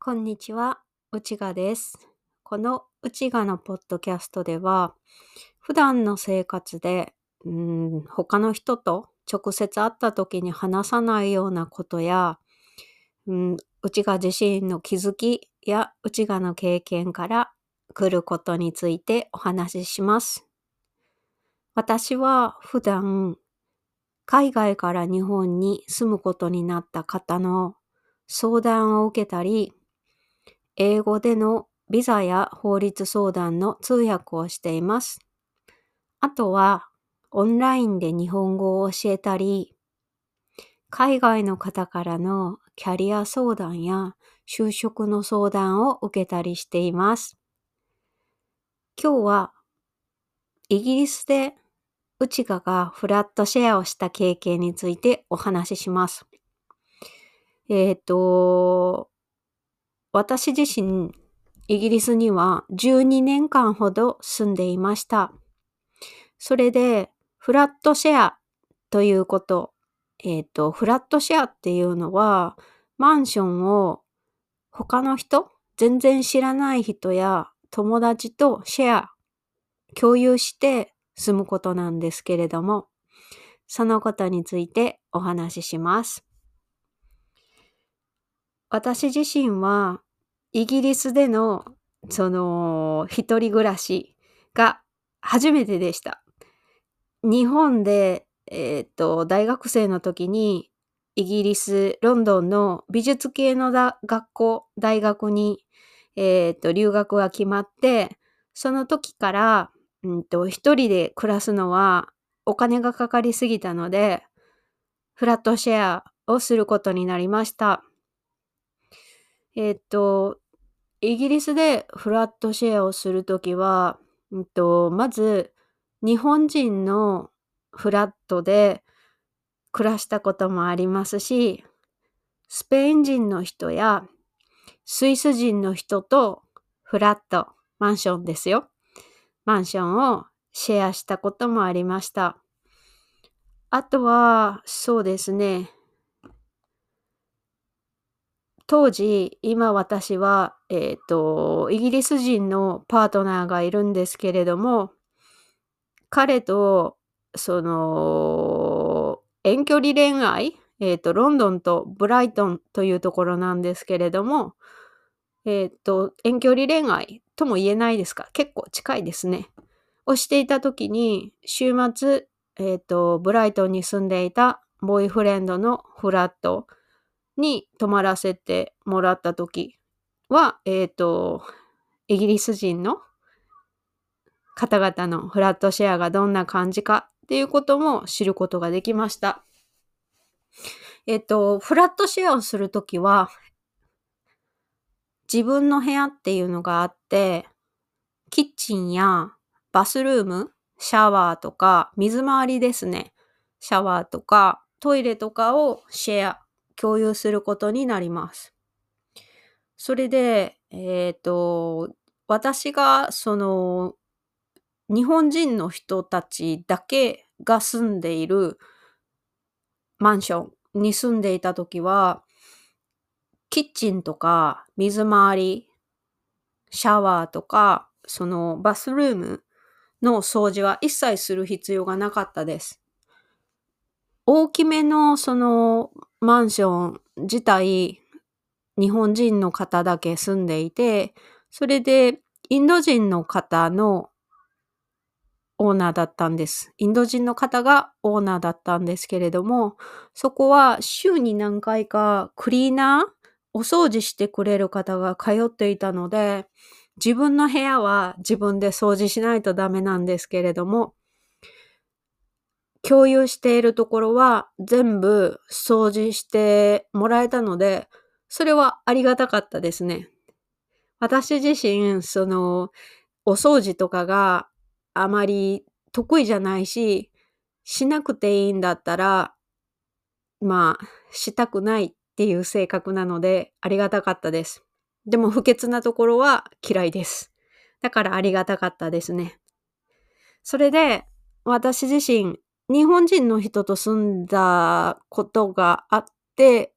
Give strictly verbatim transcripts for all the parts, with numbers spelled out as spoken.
こんにちは、内賀です。この内賀のポッドキャストでは、普段の生活で、うーん、他の人と直接会った時に話さないようなことや、うん、内賀自身の気づきや内賀の経験から来ることについてお話しします。私は普段、海外から日本に住むことになった方の相談を受けたり、英語でのビザや法律相談の通訳をしています。あとは、オンラインで日本語を教えたり、海外の方からのキャリア相談や就職の相談を受けたりしています。今日は、イギリスで内賀がフラットシェアをした経験についてお話しします。えっと、私自身、イギリスにはじゅうにねんかんほど住んでいました。それで、フラットシェアということ、えっと、フラットシェアっていうのは、マンションを他の人、全然知らない人や友達とシェア、共有して住むことなんですけれども、そのことについてお話しします。私自身は、イギリスでの、その、一人暮らしが初めてでした。日本で、えっと、大学生の時に、イギリス、ロンドンの美術系のだ学校、大学に、えっと、留学が決まって、その時から、うんと、一人で暮らすのはお金がかかりすぎたので、フラットシェアをすることになりました。えっと、イギリスでフラットシェアをするときは、うんと、まず、日本人のフラットで暮らしたこともありますし、スペイン人の人やスイス人の人とフラット、マンションですよ。マンションをシェアしたこともありました。あとは、そうですね。当時、今私は、えっと、イギリス人のパートナーがいるんですけれども、彼と、その、遠距離恋愛、えっと、ロンドンとブライトンというところなんですけれども、えっと、遠距離恋愛とも言えないですか？結構近いですね。をしていた時に、週末、えっと、ブライトンに住んでいたボーイフレンドのフラットに泊まらせてもらった時は、えっと、イギリス人の方々のフラットシェアがどんな感じかっていうことも知ることができました。えっと、フラットシェアをするときは、自分の部屋っていうのがあって、キッチンやバスルーム、シャワーとか、水回りですね。シャワーとか、トイレとかをシェア、共有することになります。それで、えっと、私が、その、日本人の人たちだけが住んでいるマンションに住んでいたときは、キッチンとか水回り、シャワーとか、そのバスルームの掃除は一切する必要がなかったです。大きめのそのマンション自体、日本人の方だけ住んでいて、それでインド人の方のオーナーだったんです。インド人の方がオーナーだったんですけれども、そこは週に何回かクリーナー、お掃除してくれる方が通っていたので、自分の部屋は自分で掃除しないとダメなんですけれども、共有しているところは全部掃除してもらえたので、それはありがたかったですね。私自身、その、お掃除とかがあまり得意じゃないし、しなくていいんだったら、まあ、したくないっていう性格なので、ありがたかったです。でも不潔なところは嫌いです。だからありがたかったですね。それで、私自身、日本人の人と住んだことがあって、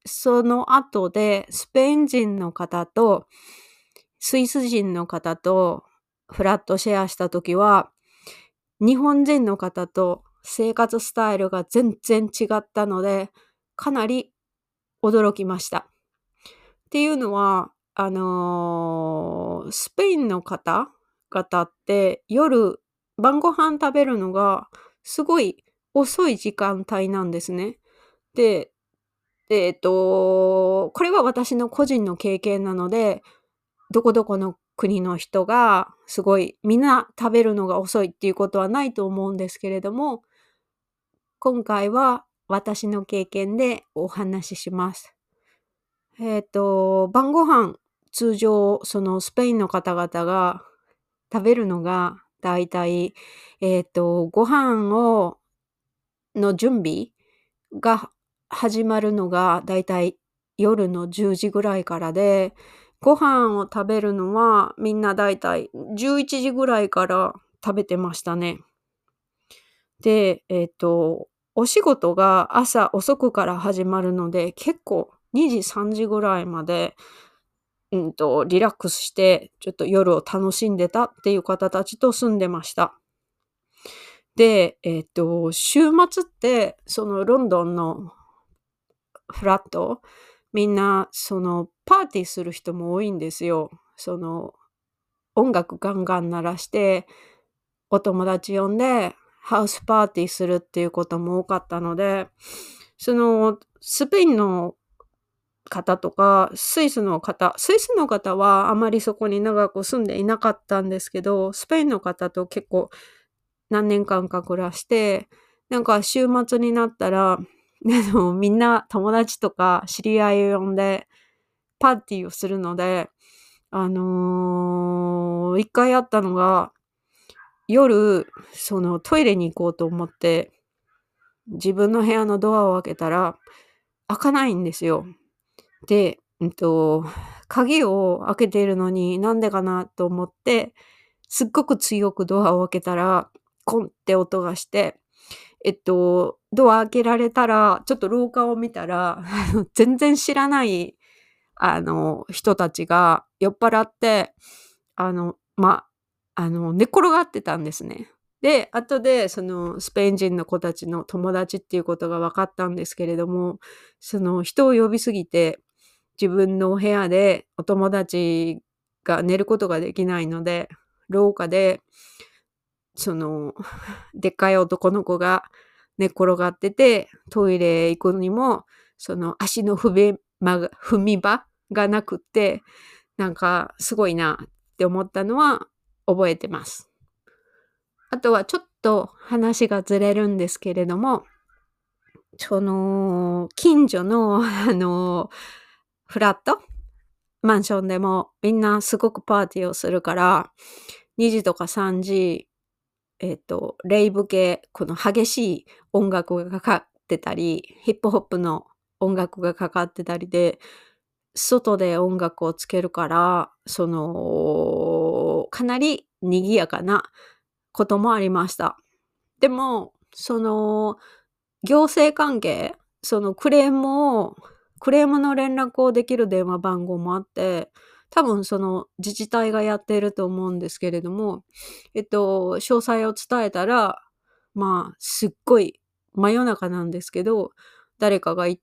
その後でスペイン人の方とスイス人の方とフラットシェアした時は、日本人の方と生活スタイルが全然違ったので、かなり驚きました。っていうのは、あの、スペインの方々って夜晩ご飯食べるのがすごい遅い時間帯なんですね。で、えっと、これは私の個人の経験なので、どこどこの国の人がすごいみんな食べるのが遅いっていうことはないと思うんですけれども、今回は私の経験でお話しします。えっと、晩ご飯、通常そのスペインの方々が食べるのがだいたい、えっと、ご飯をの準備が始まるのがだいたい夜のじゅうじぐらいからで、ご飯を食べるのはみんなだいたいじゅういちじぐらいから食べてましたね。で、えっと、お仕事が朝遅くから始まるので、結構にじ、さんじぐらいまで、うんと、リラックスして、ちょっと夜を楽しんでたっていう方たちと住んでました。で、えっと、週末って、そのロンドンのフラット、みんなそのパーティーする人も多いんですよ。その音楽ガンガン鳴らして、お友達呼んでハウスパーティーするっていうことも多かったので、そのスペインの方とかスイスの方、スイスの方はあまりそこに長く住んでいなかったんですけど、スペインの方と結構何年間か暮らして、なんか週末になったら、あの、みんな友達とか知り合いを呼んでパーティーをするので、あの、一回あったのが、夜、そのトイレに行こうと思って、自分の部屋のドアを開けたら、開かないんですよ。で、うんと、鍵を開けているのになんでかなと思って、すっごく強くドアを開けたら、コンって音がして、えっと、ドア開けられたら、ちょっと廊下を見たら、全然知らない、あの、人たちが酔っ払って、あの、ま、あの、寝っ転がってたんですね。で、後でそのスペイン人の子たちの友達っていうことが分かったんですけれども、その人を呼びすぎて、自分の部屋でお友達が寝ることができないので、廊下で、その、でっかい男の子が寝っ転がってて、トイレ行くにも、その足の踏み場が踏み場がなくって、なんかすごいなって思ったのは覚えてます。あとはちょっと話がずれるんですけれども、その、近所の、あの、フラットマンションでもみんなすごくパーティーをするから、にじとかさんじ、えっと、レイブ系、この激しい音楽がかかってたり、ヒップホップの音楽がかかってたりで、外で音楽をつけるから、その、かなり賑やかなこともありました。でも、その、行政関係、そのクレームをクレームの連絡をできる電話番号もあって、多分その自治体がやっていると思うんですけれども、えっと、詳細を伝えたら、まあ、すっごい真夜中なんですけど、誰かが行って、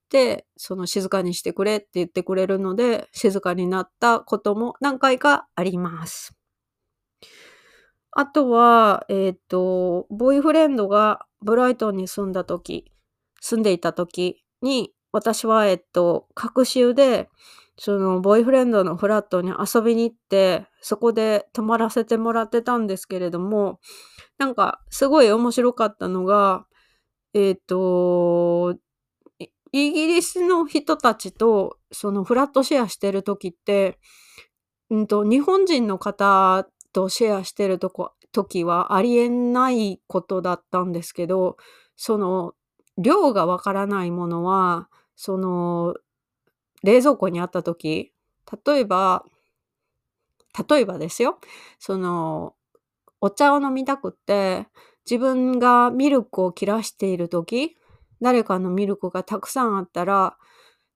その静かにしてくれって言ってくれるので、静かになったことも何回かあります。あとは、えっと、ボーイフレンドがブライトンに住んだ時住んでいた時に、私は、えっと、隔週で、そのボーイフレンドのフラットに遊びに行って、そこで泊まらせてもらってたんですけれども、なんかすごい面白かったのが、えっと、イイギリスの人たちとそのフラットシェアしてる時って、うんと、日本人の方とシェアしてるとこ時はありえないことだったんですけど、その量がわからないものは、その冷蔵庫にあった時、例えば例えばですよ、そのお茶を飲みたくって、自分がミルクを切らしている時、誰かのミルクがたくさんあったら、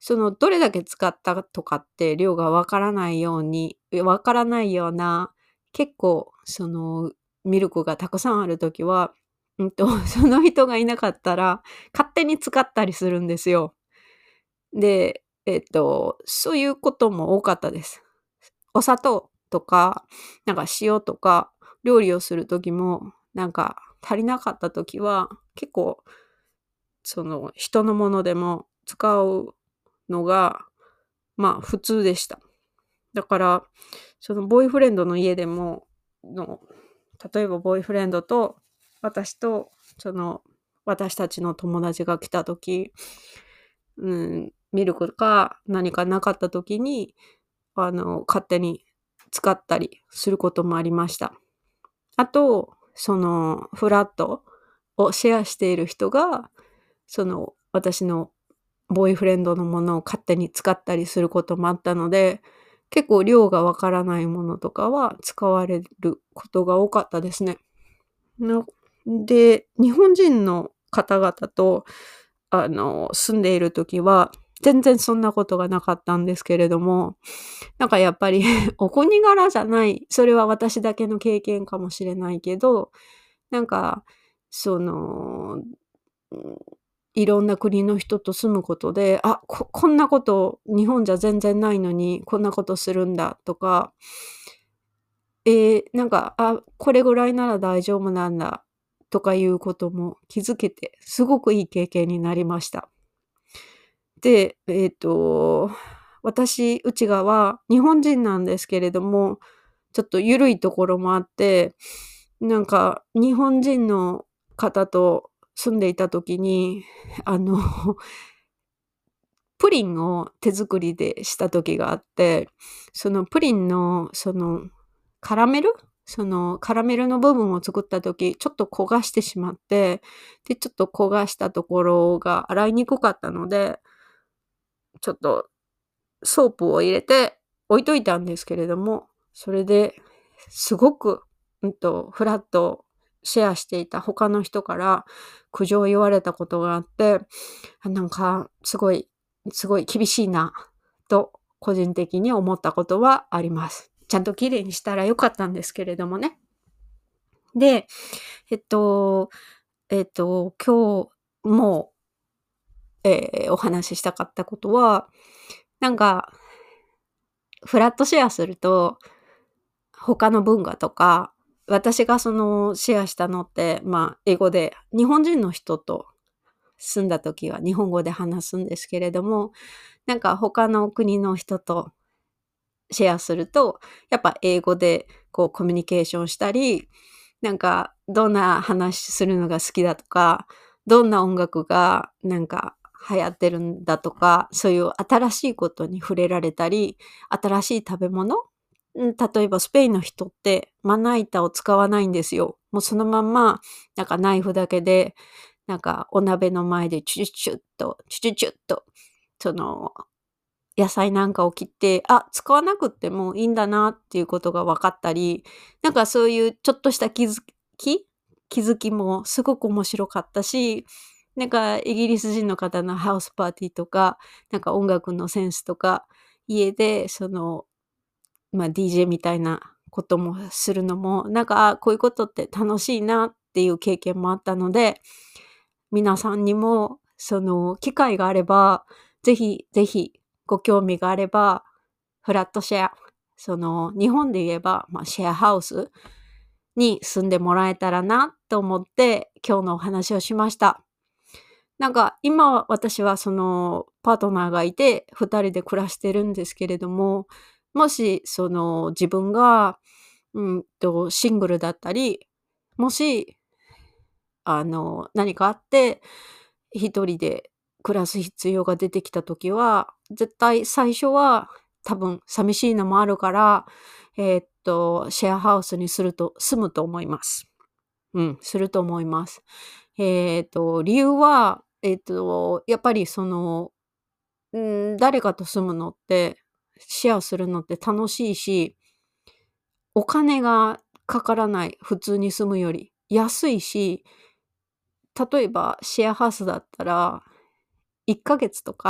そのどれだけ使ったとかって量がわからないようにわからないような、結構そのミルクがたくさんある時は、うんと、その人がいなかったら、勝手に使ったりするんですよ。で、えっと、そういうことも多かったです。お砂糖とか、なんか塩とか、料理をする時も、なんか足りなかった時は、結構その人のものでも使うのが、まあ普通でした。だから、そのボーイフレンドの家でも、の例えばボーイフレンドと私とその私たちの友達が来た時、うん、ミルクか何かなかった時に、あの、勝手に使ったりすることもありました。あと、そのフラットをシェアしている人が、その私のボーイフレンドのものを勝手に使ったりすることもあったので、結構量がわからないものとかは使われることが多かったですね。ので、日本人の方々と、あの、住んでいる時は、全然そんなことがなかったんですけれども、なんかやっぱりお国柄じゃない、それは私だけの経験かもしれないけど、なんか、その、うんいろんな国の人と住むことで、あ、ここんなこと日本じゃ全然ないのに、こんなことするんだとか、えーなんか、あ、これぐらいなら大丈夫なんだとかいうことも気づけて、すごくいい経験になりました。で、えっと、私、うちがは日本人なんですけれども、ちょっと緩いところもあって、なんか日本人の方と住んでいた時に、あのプリンを手作りでした時があって、そのプリンのそのカラメルそのカラメルの部分を作った時、ちょっと焦がしてしまって、で、ちょっと焦がしたところが洗いにくかったので、ちょっとソープを入れて置いといたんですけれども、それですごく、うんと、フラットシェアしていた他の人から苦情を言われたことがあって、あ、なんかすごいすごい厳しいなと個人的に思ったことはあります。ちゃんと綺麗にしたら良かったんですけれどもね。で、えっと、えっと、今日もう、えーお話ししたかったことは、なんかフラットシェアすると、他の文化とか、私がそのシェアしたのって、まあ、英語で、日本人の人と住んだ時は日本語で話すんですけれども、なんか他の国の人とシェアすると、やっぱ英語でこうコミュニケーションしたり、なんかどんな話するのが好きだとか、どんな音楽がなんか流行ってるんだとか、そういう新しいことに触れられたり、新しい食べ物、うん、例えばスペインの人ってまな板を使わないんですよ。もうそのまんま、なんかナイフだけで、なんかお鍋の前でチュチュチュッと、チュチュチュッと、その野菜なんかを切って、あ、使わなくってもいいんだなっていうことが分かったり、なんかそういうちょっとした気づき気づきもすごく面白かったし、なんかイギリス人の方のハウスパーティーとか、なんか音楽のセンスとか、家でその、ま、ディージェー みたいなこともするのも、なんか、あ、こういうことって楽しいなっていう経験もあったので、皆さんにもその機会があれば、ぜひぜひご興味があれば、フラットシェア、その日本で言えば、まあ、シェアハウスに住んでもらえたらなと思って、今日のお話をしました。なんか今私はそのパートナーがいて、ふたりで暮らしてるんですけれども、もしその自分が、うんとシングルだったり、もしあの、何かあって、一人で暮らす必要が出てきた時は、絶対最初は多分寂しいのもあるから、えーっと、シェアハウスにすると住むと思います。うん、すると思います。えーっと、理由は、えーっと、やっぱりその、うん、誰かと住むのって、シェアするのって楽しいし、お金がかからない、普通に住むより。安いし、例えばシェアハウスだったら、いっかげつとか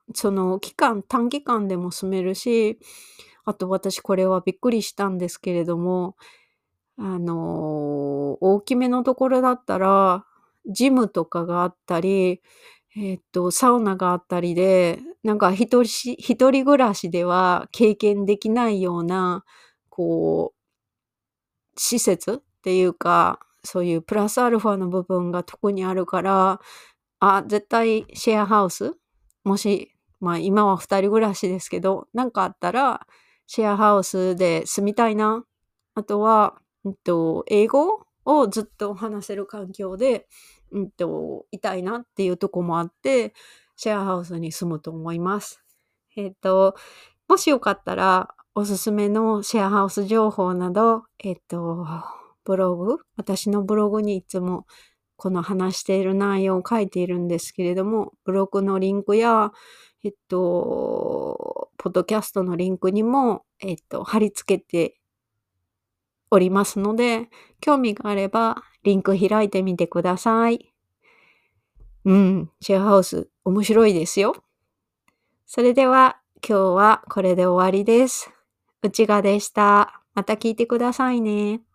その期間短期間でも住めるし、あと私これはびっくりしたんですけれども、あの、大きめのところだったら、ジムとかがあったり、えっと、サウナがあったりで、なんかひとりし一人暮らしでは経験できないような、こう施設っていうか、そういうプラスアルファの部分が特にあるから、あ、絶対シェアハウス、もし、ま、今は二人暮らしですけど、なんかあったら、シェアハウスで住みたいな。あとは、うんと、英語をずっと話せる環境で、うんと、いたいなっていうとこもあって、シェアハウスに住むと思います。えっと、もしよかったら、おすすめのシェアハウス情報など、えっと、ブログ私のブログにいつもこの話している内容を書いているんですけれども、ブログのリンクや、えっと、ポッドキャストのリンクにも、えっと、貼り付けておりますので、興味があればリンク開いてみてください。うん、シェアハウス面白いですよ。それでは、今日はこれで終わりです。うちがでした。また聞いてくださいね。